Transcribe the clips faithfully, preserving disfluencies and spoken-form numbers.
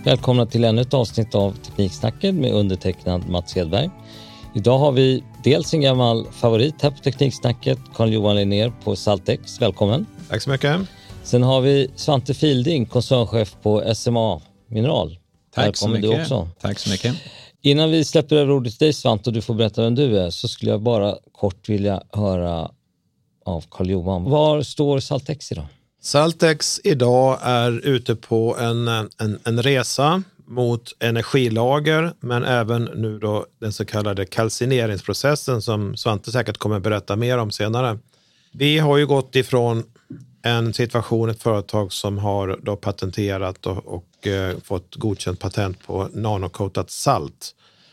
Välkomna till ännu ett avsnitt av Tekniksnacket med undertecknad Mats Hedberg. Idag har vi dels en gammal favorit här på Tekniksnacket, Carl-Johan Linnér på Saltex. Välkommen. Tack så mycket. Sen har vi Svante Fielding, koncernchef på S M A Mineral. Tack Välkommen så mycket. Du också. Tack så mycket. Innan vi släpper över ordet till dig, Svante, och du får berätta vem du är, så skulle jag bara kort vilja höra av Carl-Johan. Var står Saltex idag? Saltex idag är ute på en, en, en resa mot energilager, men även nu då den så kallade kalcineringsprocessen som Svante säkert kommer berätta mer om senare. Vi har ju gått ifrån en situation, ett företag som har då patenterat och, och eh, fått godkänt patent på nanocoatat salt.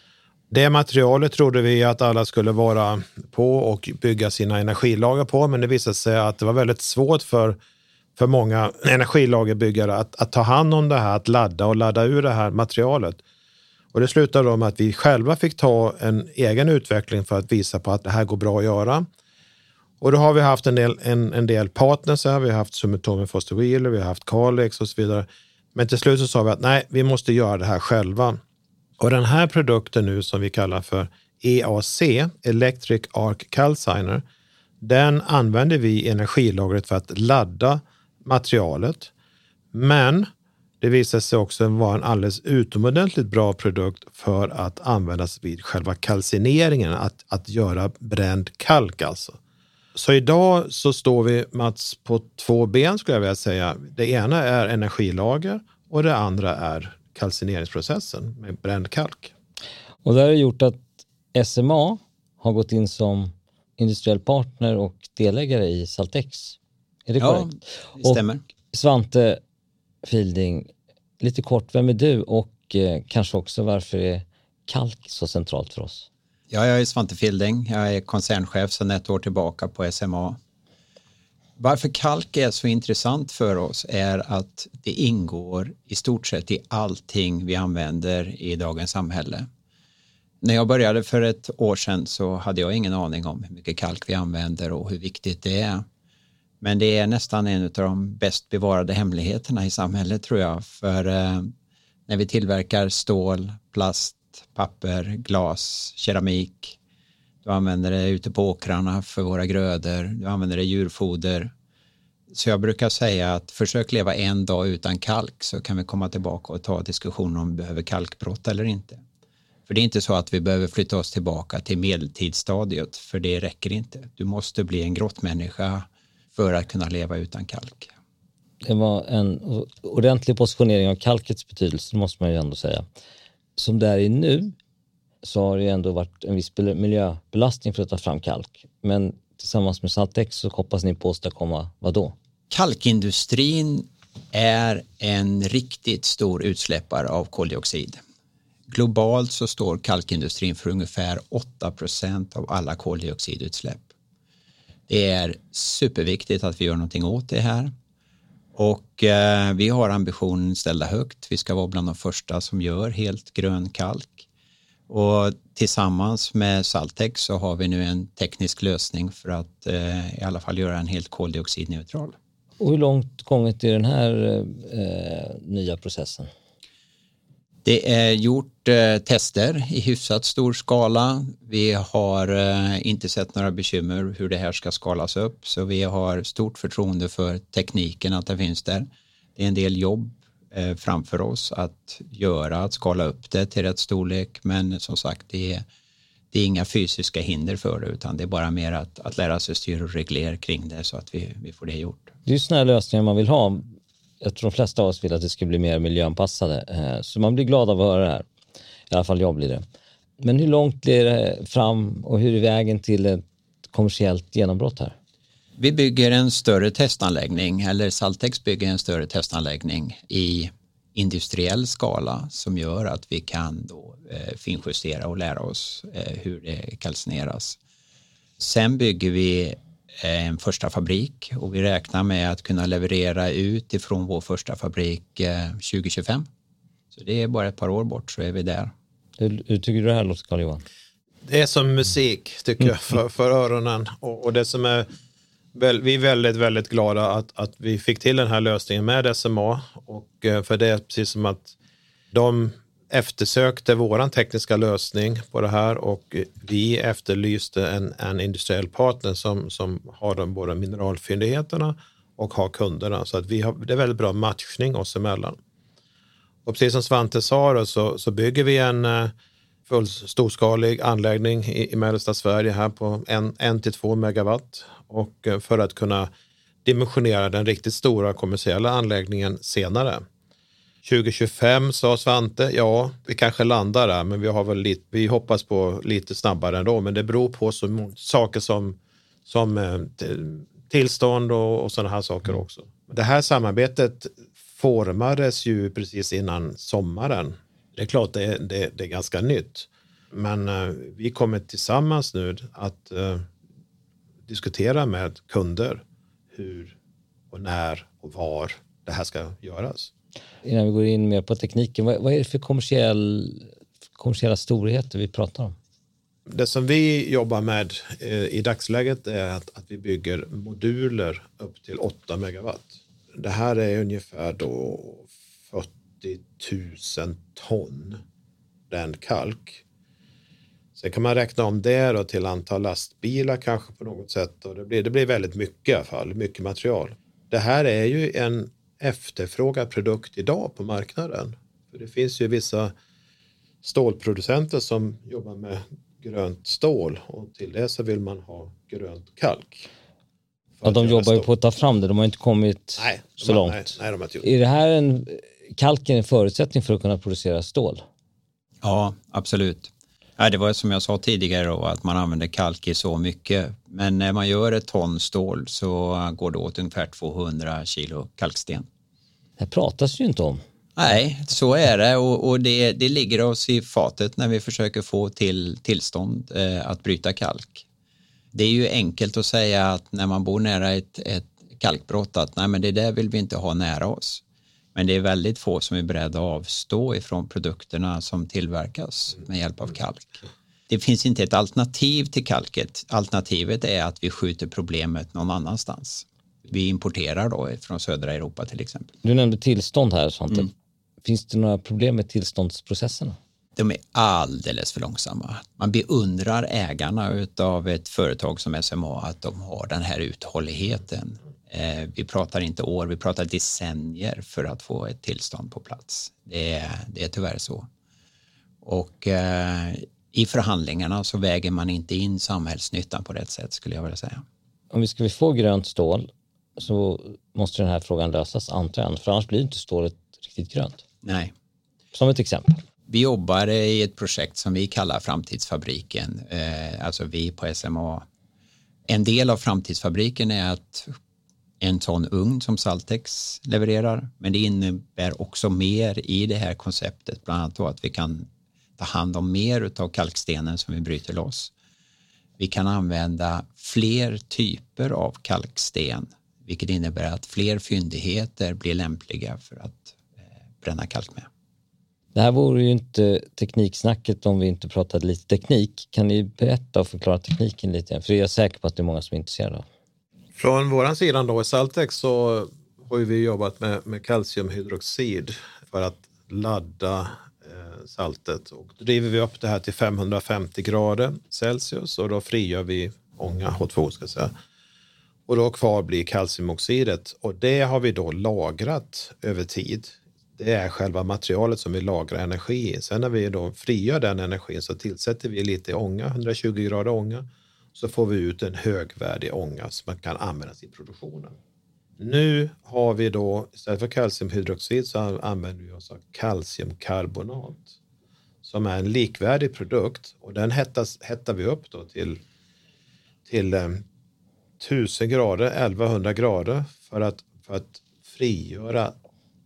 Det materialet trodde vi att alla skulle vara på och bygga sina energilager på, men det visade sig att det var väldigt svårt för för många energilagerbyggare att, att ta hand om det här, att ladda och ladda ur det här materialet. Och det slutade då med att vi själva fick ta en egen utveckling för att visa på att det här går bra att göra. Och då har vi haft en del, en, en del partners här, vi har haft Sumitomo Foster Wheeler, vi har haft Calix och så vidare. Men till slut så sa vi att nej, vi måste göra det här själva. Och den här produkten nu som vi kallar för E A C, Electric Arc Calciner, den använder vi i energilagret för att ladda materialet, men det visar sig också vara en alldeles utomordentligt bra produkt för att användas vid själva kalcineringen, att, att göra bränd kalk alltså. Så idag så står vi, Mats, på två ben skulle jag vilja säga. Det ena är energilager och det andra är kalcineringsprocessen med bränd kalk. Och det har gjort att S M A har gått in som industriell partner och delägare i Saltex. Är det ja, korrekt? Det stämmer. Och Svante Fielding, lite kort, vem är du och eh, kanske också varför är kalk så centralt för oss? Ja, jag är Svante Fielding. Jag är koncernchef sedan ett år tillbaka på S M A. Varför kalk är så intressant för oss är att det ingår i stort sett i allting vi använder i dagens samhälle. När jag började för ett år sedan så hade jag ingen aning om hur mycket kalk vi använder och hur viktigt det är. Men det är nästan en av de bäst bevarade hemligheterna i samhället tror jag. För eh, när vi tillverkar stål, plast, papper, glas, keramik. Du använder det ute på åkrarna för våra grödor. Du använder det i djurfoder. Så jag brukar säga att försök leva en dag utan kalk så kan vi komma tillbaka och ta diskussion om vi behöver kalkbrott eller inte. För det är inte så att vi behöver flytta oss tillbaka till medeltidsstadiet, för det räcker inte. Du måste bli en grottmänniska för att kunna leva utan kalk. Det var en ordentlig positionering av kalkets betydelse, måste man ju ändå säga. Som det är nu så har det ändå varit en viss miljöbelastning för att ta fram kalk. Men tillsammans med Saltex så hoppas ni på att åstadkomma vad då? Kalkindustrin är en riktigt stor utsläppare av koldioxid. Globalt så står kalkindustrin för ungefär åtta procent av alla koldioxidutsläpp. Det är superviktigt att vi gör någonting åt det här. Och eh, vi har ambitionen ställda högt. Vi ska vara bland de första som gör helt grön kalk. Och tillsammans med Saltex så har vi nu en teknisk lösning för att eh, i alla fall göra en helt koldioxidneutral. Och hur långt gånget är den här eh, nya processen? Det är gjort eh, tester i hyfsat stor skala. Vi har eh, inte sett några bekymmer hur det här ska skalas upp. Så vi har stort förtroende för tekniken, att det finns där. Det är en del jobb eh, framför oss att göra, att skala upp det till rätt storlek. Men som sagt, det är, det är inga fysiska hinder för det, utan det är bara mer att, att lära sig styra och reglera kring det så att vi, vi får det gjort. Det är ju sådana här lösningar man vill ha. Jag tror de flesta av oss vill att det ska bli mer miljöanpassade. Så man blir glad av att höra det här. I alla fall jag blir det. Men hur långt blir det fram och hur är vägen till ett kommersiellt genombrott här? Vi bygger en större testanläggning, eller Saltex bygger en större testanläggning i industriell skala som gör att vi kan då eh, finjustera och lära oss eh, hur det kalcineras. Sen bygger vi en första fabrik och vi räknar med att kunna leverera ut ifrån vår första fabrik tjugo tjugofem. Så det är bara ett par år bort så är vi där. Hur, hur tycker du det här låter, Carl-Johan? Det är som musik tycker jag för, för öronen. Och, och det som är, väl, vi är väldigt, väldigt glada att, att vi fick till den här lösningen med S M A. Och för det är precis som att De eftersökte våran tekniska lösning på det här och vi efterlyste en, en industriell partner som, som har de båda mineralfyndigheterna och har kunderna. Så att vi har, det är väldigt bra matchning oss emellan. Och precis som Svante sa då, så, så bygger vi en full storskalig anläggning i, i mellersta Sverige här på en, en till två megawatt. Och för att kunna dimensionera den riktigt stora kommersiella anläggningen senare. tjugo tjugofem sa Svante, ja vi kanske landar där men vi, har väl lite, vi hoppas på lite snabbare ändå. Men det beror på så saker som, som tillstånd och, och sådana här saker också. Det här samarbetet formades ju precis innan sommaren. Det är klart det är, det, det är ganska nytt. Men uh, vi kommer tillsammans nu att uh, diskutera med kunder hur och när och var det här ska göras. Innan vi går in mer på tekniken, vad, vad är det för kommersiell, kommersiella storheter vi pratar om? Det som vi jobbar med eh, i dagsläget är att, att vi bygger moduler upp till åtta megawatt. Det här är ungefär då fyrtio tusen ton den kalk. Sen kan man räkna om det då till antal lastbilar kanske på något sätt. Och det, blir, det blir väldigt mycket i alla fall, mycket material. Det här är ju en efterfrågad produkt idag på marknaden. För det finns ju vissa stålproducenter som jobbar med grönt stål och till det så vill man ha grönt kalk. Ja, de jobbar ju på att ta fram det, de har inte kommit nej, så har, långt. Nej, nej, de har inte gjort. Är det här en, kalken en förutsättning för att kunna producera stål? Ja, absolut. Ja, det var som jag sa tidigare då, att man använder kalk i så mycket. Men när man gör ett ton stål så går det åt ungefär tvåhundra kilo kalksten. Det pratas ju inte om. Nej, så är det och, och det, det ligger oss i fatet när vi försöker få till tillstånd eh, att bryta kalk. Det är ju enkelt att säga att när man bor nära ett, ett kalkbrott att nej men det där vill vi inte ha nära oss. Men det är väldigt få som är beredda att avstå ifrån produkterna som tillverkas med hjälp av kalk. Det finns inte ett alternativ till kalket. Alternativet är att vi skjuter problemet någon annanstans. Vi importerar då från södra Europa till exempel. Du nämnde tillstånd här, Svante. Mm. Finns det några problem med tillståndsprocesserna? De är alldeles för långsamma. Man beundrar ägarna av ett företag som S M A att de har den här uthålligheten. Eh, vi pratar inte år, vi pratar decennier för att få ett tillstånd på plats. Det är, det är tyvärr så. Och eh, i förhandlingarna så väger man inte in samhällsnyttan på rätt sätt skulle jag vilja säga. Om vi ska få grönt stål så måste den här frågan lösas antar jag, för annars blir inte stålet riktigt grönt. Nej. Som ett exempel. Vi jobbar i ett projekt som vi kallar Framtidsfabriken, eh, alltså vi på S M A. En del av Framtidsfabriken är att en sån ugn som Saltex levererar, men det innebär också mer i det här konceptet, bland annat då att vi kan ta hand om mer av kalkstenen som vi bryter loss. Vi kan använda fler typer av kalksten, vilket innebär att fler fyndigheter blir lämpliga för att eh, bränna kalk med. Det här vore ju inte tekniksnacket om vi inte pratade lite teknik. Kan ni berätta och förklara tekniken lite? För jag är säker på att det är många som är intresserade av. Från våran sida då i Saltex så har vi jobbat med, med kalciumhydroxid för att ladda eh, saltet. Och då driver vi upp det här till femhundrafemtio grader Celsius och då frigör vi ånga, H två ska jag säga. Och då kvar blir kalciumoxidet och det har vi då lagrat över tid. Det är själva materialet som vi lagrar energi i. Sen när vi då frigör den energin så tillsätter vi lite ånga, hundratjugo grader ånga. Så får vi ut en högvärdig ånga som man kan använda i produktionen. Nu har vi då, istället för kalciumhydroxid så använder vi oss av kalciumkarbonat. Som är en likvärdig produkt och den hettas, hettar vi upp då till, till eh, tusen grader, elvahundra grader för att, för att frigöra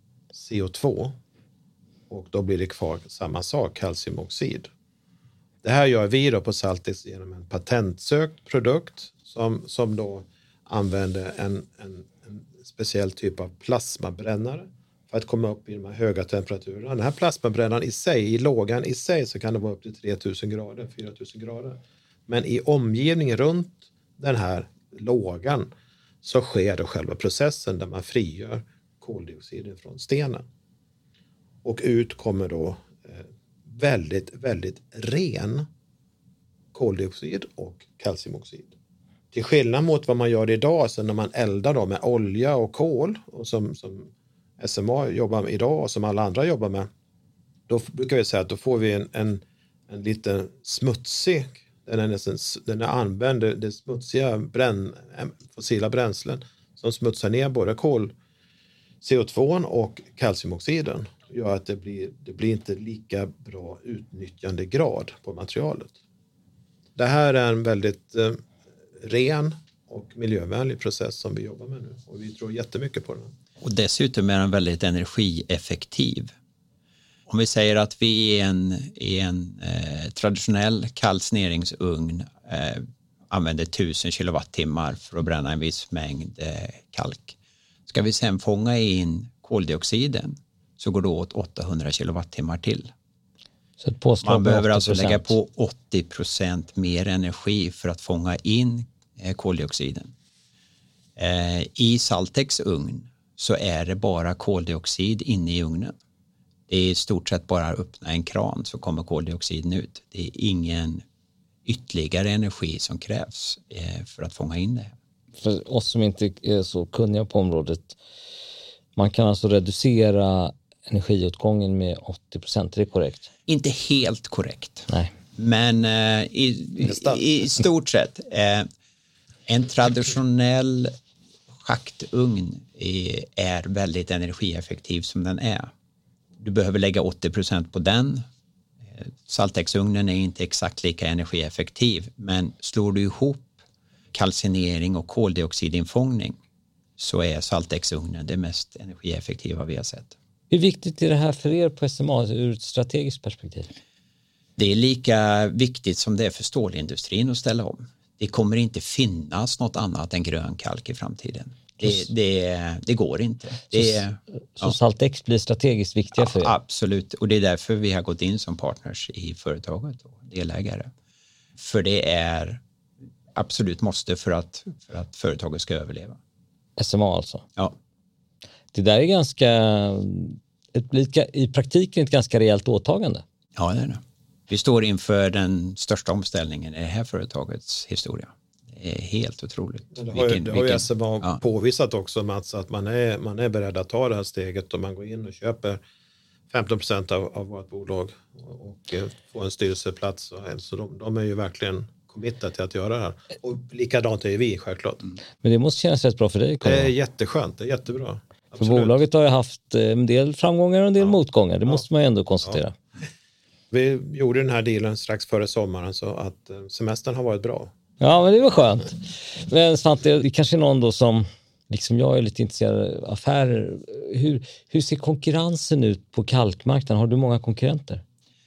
C O två och då blir det kvar samma sak, kalciumoxid. Det här gör vi då på Saltex genom en patentsökt produkt som, som då använder en, en, en speciell typ av plasmabrännare för att komma upp i de här höga temperaturerna. Den här plasmabrännaren i sig, i lågan i sig så kan det vara upp till tre tusen grader, fyra tusen grader. Men i omgivningen runt den här lågan så sker då själva processen där man frigör koldioxiden från stenen. och ut kommer då eh, väldigt, väldigt ren koldioxid och kalciumoxid. Till skillnad mot vad man gör idag, så när man eldar då med olja och kol, och som, som S M A jobbar med idag och som alla andra jobbar med, då brukar vi säga att då får vi en, en, en lite smutsig, den är, nästan, den är använd, det, det smutsiga bränn, fossila bränslen som smutsar ner både kol, C O två och kalciumoxiden, gör att det blir, det blir inte lika bra utnyttjandegrad på materialet. Det här är en väldigt eh, ren och miljövänlig process som vi jobbar med nu, och vi tror jättemycket på den. Och dessutom är den väldigt energieffektiv. Om vi säger att vi i en, i en eh, traditionell kalcineringsugn eh, använder tusen kilowattimmar för att bränna en viss mängd eh, kalk. Ska vi sen fånga in koldioxiden så går det åt åttahundra kilowattimmar till. Så ett Man behöver alltså lägga på åttio procent mer energi för att fånga in eh, koldioxiden. Eh, I Saltex ugn så är det bara koldioxid inne i ugnen. Det är i stort sett bara att öppna en kran så kommer koldioxiden ut. Det är ingen ytterligare energi som krävs eh, för att fånga in det. För oss som inte är så kunniga på området, man kan alltså reducera energiåtgången med åttio procent, är det korrekt? Inte helt korrekt. Nej. Men eh, i, i, i stort sett eh, en traditionell schaktugn är, är väldigt energieffektiv som den är. Du behöver lägga åttio procent på den. Saltexugnen är inte exakt lika energieffektiv, men slår du ihop kalcinering och koldioxidinfångning så är saltexugnen det mest energieffektiva vi har sett. Hur viktigt är det här för er på S M A ur ett strategiskt perspektiv? Det är lika viktigt som det är för stålindustrin att ställa om. Det kommer inte finnas något annat än grön kalk i framtiden. Det, det, det går inte. Det är, så så ja. Saltex blir strategiskt viktiga för er? Ja, absolut, och det är därför vi har gått in som partners i företaget och delägare. För det är absolut måste för att, för att företaget ska överleva. S M A alltså? Ja. Det där är ganska, ett, i praktiken ett ganska rejält åtagande. Ja, det är det. Vi står inför den största omställningen i det här företagets historia. Det är helt otroligt. Det har, vilken, det har ju S M A ja. påvisat också, Mats, att man är, man är beredd att ta det här steget och man går in och köper femton procent av, av vårt bolag och, och får en styrelseplats. Så de, de är ju verkligen committed till att göra det här. Och likadant är vi, självklart. Mm. Men det måste kännas rätt bra för dig. Det är jätteskönt, det är jättebra. För bolaget har ju haft en del framgångar och en del ja. motgångar. Det ja. måste man ju ändå konstatera. Ja. Vi gjorde den här dealen strax före sommaren, så att semestern har varit bra. Ja, men det var skönt. Men Svante, det kanske är någon då som, liksom jag är lite intresserad av affärer. Hur, hur ser konkurrensen ut på kalkmarknaden? Har du många konkurrenter?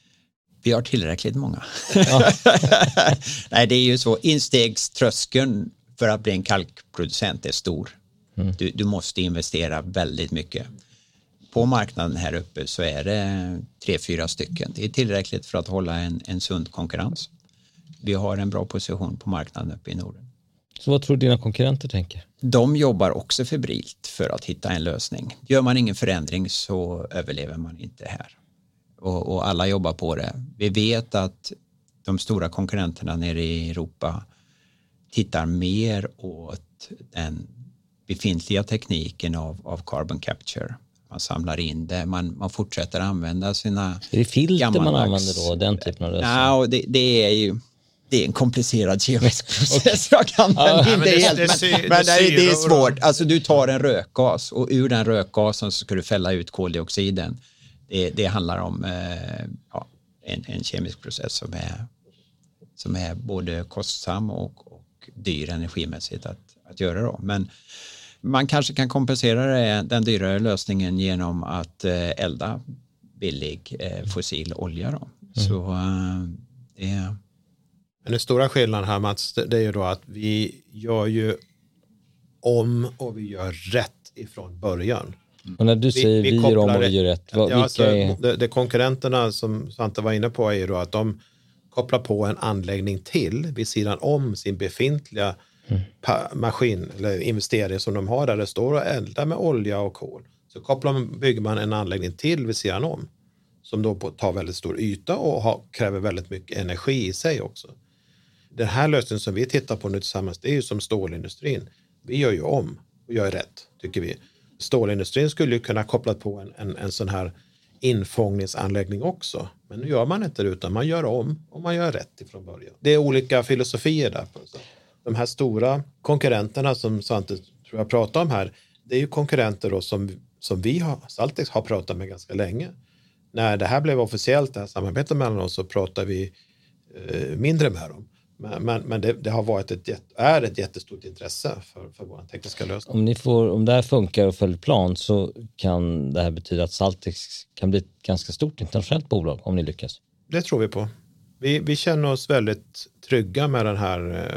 Vi har tillräckligt många. Ja. Nej, det är ju så. Instegströskeln för att bli en kalkproducent är stor. Mm. Du, du måste investera väldigt mycket. På marknaden här uppe så är det tre, fyra stycken. Det är tillräckligt för att hålla en, en sund konkurrens. Vi har en bra position på marknaden uppe i Norden. Så vad tror dina konkurrenter tänker? De jobbar också febrilt för att hitta en lösning. Gör man ingen förändring så överlever man inte här. Och, och alla jobbar på det. Vi vet att de stora konkurrenterna nere i Europa tittar mer åt den befintliga tekniken av, av carbon capture. Man samlar in det, man, man fortsätter använda sina... Är det filter man använder då, den typen av lösning? Ja, det, det är ju... Det är en komplicerad kemisk process. Jag kan ja, inte men det, helt, det, det, men, det, men det, det är svårt. Alltså du tar en rökgas och ur den rökgasen så ska du fälla ut koldioxiden. Det, det handlar om eh, ja, en, en kemisk process som är, som är både kostsam och, och dyr energimässigt att, att göra då. Men man kanske kan kompensera det, den dyrare lösningen genom att eh, elda billig eh, fossil olja då. Mm. Så eh, det är... Men den stora skillnaden här, Mats, det är ju då att vi gör ju om och vi gör rätt ifrån början. Och när du säger vi, vi, vi gör om och vi gör rätt, vad, ja, vilka alltså, är... det, det konkurrenterna som Svante var inne på är ju då att de kopplar på en anläggning till vid sidan om sin befintliga mm. pa- maskin eller investering som de har där det står och eldar med olja och kol. Så kopplar man, bygger man en anläggning till vid sidan om som då tar väldigt stor yta och har, kräver väldigt mycket energi i sig också. Den här lösningen som vi tittar på nu tillsammans, det är ju som stålindustrin. Vi gör ju om och gör rätt, tycker vi. Stålindustrin skulle ju kunna koppla på en, en, en sån här infångningsanläggning också. Men nu gör man inte det, utan man gör om och man gör rätt ifrån början. Det är olika filosofier där. De här stora konkurrenterna som Svante tror jag pratar om här, det är ju konkurrenter då som, som vi har, Saltex har pratat med ganska länge. När det här blev officiellt, det här samarbetet mellan oss, så pratar vi eh, mindre med dem. Men, men, men det, det har varit ett, är ett jättestort intresse för, för vår tekniska lösning. Om, ni får, om det här funkar och följer plan så kan det här betyda att Saltex kan bli ett ganska stort internationellt bolag om ni lyckas. Det tror vi på. Vi, vi känner oss väldigt trygga med den här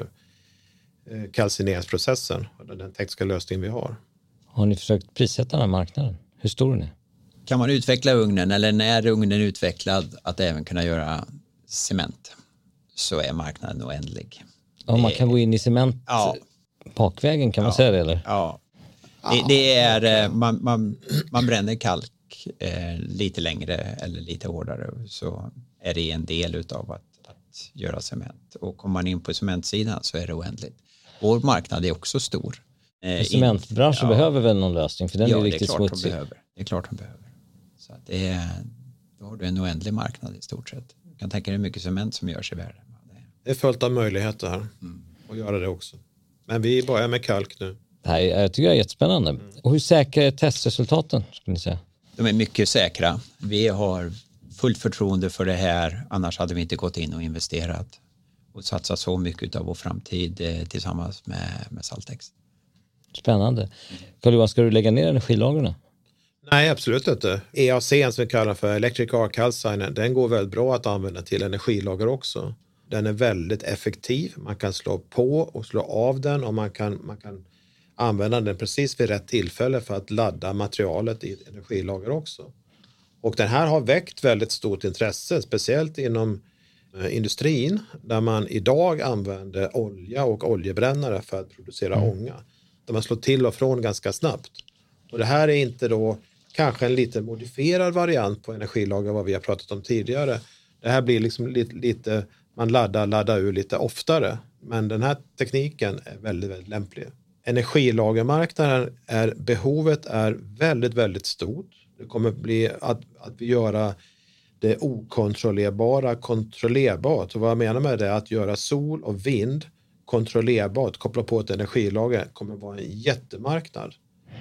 eh, kalcineringsprocessen och den tekniska lösningen vi har. Har ni försökt prissätta den här marknaden? Hur stor är ni? Kan man utveckla ugnen, eller när ugnen är utvecklad att även kunna göra cement, så är marknaden oändlig. Ja, man kan gå in i cement ja. bakvägen, kan man ja. säga det, eller? Ja, det, det är man, man, man bränner kalk eh, lite längre eller lite hårdare, så är det en del utav att, att göra cement. Och kommer man in på cementsidan så är det oändligt. Vår marknad är också stor. Eh, cementbranschen ja. behöver väl någon lösning, för den ja, är riktigt det är klart smutsig. De behöver. Det är klart de behöver. Så att det är, då har du en oändlig marknad i stort sett. Du kan tänka dig hur mycket cement som görs i världen. Det är fullt av möjligheter här mm. att göra det också. Men vi börjar med kalk nu. Det här, jag tycker det är jättespännande. Mm. Och hur säkra är testresultaten, skulle ni säga? De är mycket säkra. Vi har fullt förtroende för det här. Annars hade vi inte gått in och investerat och satsat så mycket av vår framtid eh, tillsammans med, med Saltex. Spännande. Carl-Johan, ska du lägga ner energilagren? Nej, absolut inte. E A C, som vi kallar för Electric Arc Calciner, den går väldigt bra att använda till energilager också. Den är väldigt effektiv. Man kan slå på och slå av den, och man kan, man kan använda den precis vid rätt tillfälle för att ladda materialet i ett energilager också. Och den här har väckt väldigt stort intresse, speciellt inom eh, industrin, där man idag använder olja och oljebrännare för att producera mm. ånga. Där man slår till och från ganska snabbt. Och det här är inte då kanske en lite modifierad variant på energilager vad vi har pratat om tidigare. Det här blir liksom lite, lite man laddar, laddar ur lite oftare. Men den här tekniken är väldigt, väldigt lämplig. Energilagermarknaden är, behovet är väldigt, väldigt stort. Det kommer bli att, att vi göra det okontrollerbara kontrollerbart. Och vad jag menar med det är att göra sol och vind kontrollerbart, koppla på ett energilager, kommer vara en jättemarknad.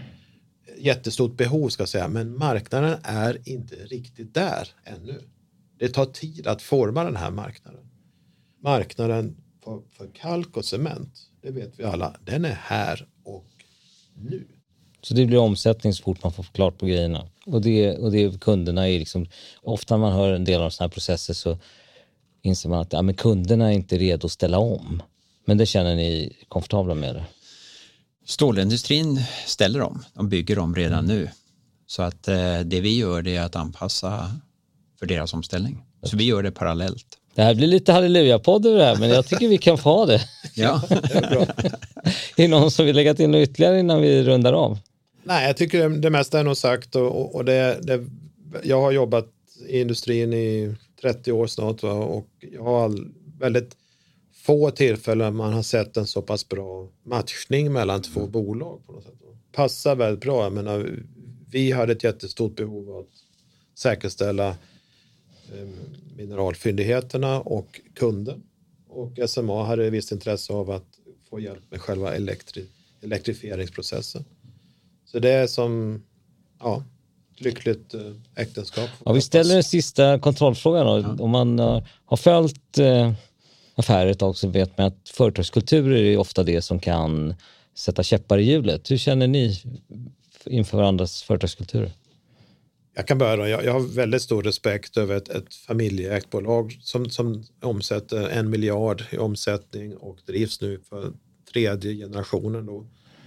Jättestort behov ska jag säga, men marknaden är inte riktigt där ännu. Det tar tid att forma den här marknaden. Marknaden för, för kalk och cement, det vet vi alla, den är här och nu. Så det blir omsättning så fort man får klart på grejerna. Och det, och det kunderna är liksom, ofta när man hör en del av sådana här processer så inser man att ja, men kunderna är inte redo att ställa om. Men det känner ni komfortabla med det? Stålindustrin ställer om. De bygger om redan mm. nu. Så att eh, det vi gör det är att anpassa för deras omställning. Så vi gör det parallellt. Det här blir lite halleluja-podd över det här, men jag tycker vi kan få ha det. Ja, det är bra. Är det någon som vill lägga till något ytterligare innan vi rundar av? Nej, jag tycker det, det mesta är nog sagt. Och, och det, det, jag har jobbat i industrin i trettio år snart. Va? Och jag har all, väldigt få tillfällen man har sett en så pass bra matchning mellan två mm. bolag på något sätt. Passar väldigt bra. Jag menar, vi hade ett jättestort behov av att säkerställa eh, mineralfyndigheterna och kunden. Och S M A hade ett visst intresse av att få hjälp med själva elektri- elektrifieringsprocessen. Så det är som ja, lyckligt eh, äktenskap. Ja, vi ställer den sista kontrollfrågan då. Ja. Om man uh, har följt uh, affärer ett tag så vet man att företagskulturer är ofta det som kan sätta käppar i hjulet. Hur känner ni inför varandras företagskulturer? Jag kan börja då. Jag, jag har väldigt stor respekt över ett, ett familjeägt bolag som, som omsätter en miljard i omsättning och drivs nu för tredje generationen då,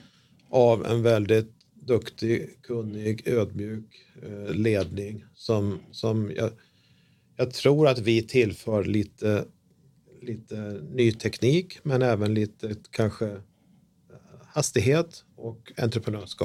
av en väldigt duktig, kunnig, ödmjuk eh, ledning som, som jag, jag tror att vi tillför lite, lite ny teknik, men även lite kanske hastighet och entreprenörskap.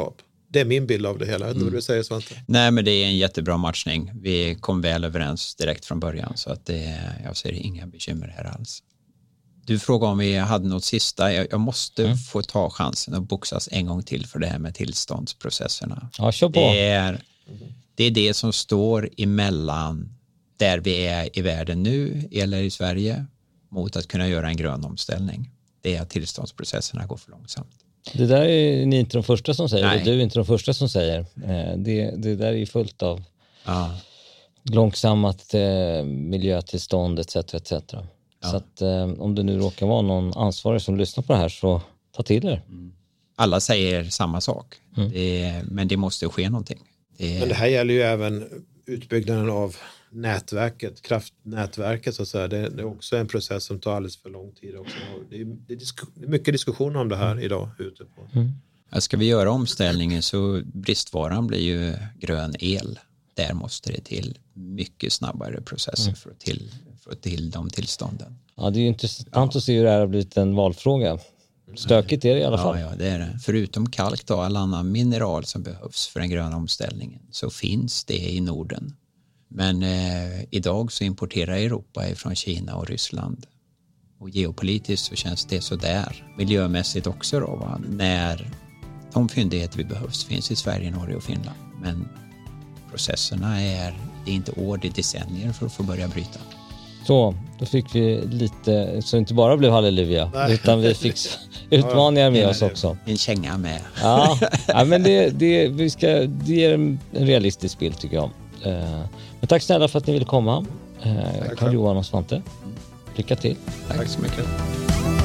Det är min bild av det hela. Jag vet inte vad du säger, Svante. Nej, men det är en jättebra matchning. Vi kom väl överens direkt från början, så att det, jag ser inga bekymmer här alls. Du frågade om vi hade något sista. Jag, jag måste mm. få ta chansen att boxas en gång till för det här med tillståndsprocesserna. Ja, kör på. Det är, det är det som står emellan där vi är i världen nu eller i Sverige mot att kunna göra en grön omställning. Det är att tillståndsprocesserna går för långsamt. Det där är ni inte de första som säger, Nej. och du är inte de första som säger. Det, det där är ju fullt av ja. långsammat eh, miljötillstånd et cetera et cetera. Ja. Så att eh, om det nu råkar vara någon ansvarig som lyssnar på det här, så ta till er. Mm. Alla säger samma sak, mm. det, men det måste ske någonting. Det... Men det här gäller ju även utbyggnaden av nätverket, kraftnätverket så att säga. Det, det är också en process som tar alldeles för lång tid också. Det är, det är, disk, det är mycket diskussion om det här mm. idag ute på. Mm. Ja, ska vi göra omställningen så bristvaran blir ju grön el. Där måste det till mycket snabbare processer mm. för, att till, för att till de tillstånden. Ja, det är ju intressant ja. att se hur det här har blivit en valfråga. Stökigt är det i alla fall. Ja, ja, det är det. Förutom kalk och alla andra mineral som behövs för den gröna omställningen så finns det i Norden. Men eh, idag så importerar Europa ifrån Kina och Ryssland. Och geopolitiskt så känns det så där. Miljömässigt också då, va? När de fyndigheter vi behövs finns i Sverige, Norge och Finland. Men processerna är, det är inte år, det är decennier för att få börja bryta. Så, då fick vi lite, så inte bara blev halleluja, Nej. utan vi fick utmaningar med ja, oss också. En känga med. Ja, ja men det, det, vi ska, det ger en realistisk bild tycker jag. Men tack snälla för att ni ville komma. Karl-Johan och Svante. Lycka till. Tack, tack så mycket.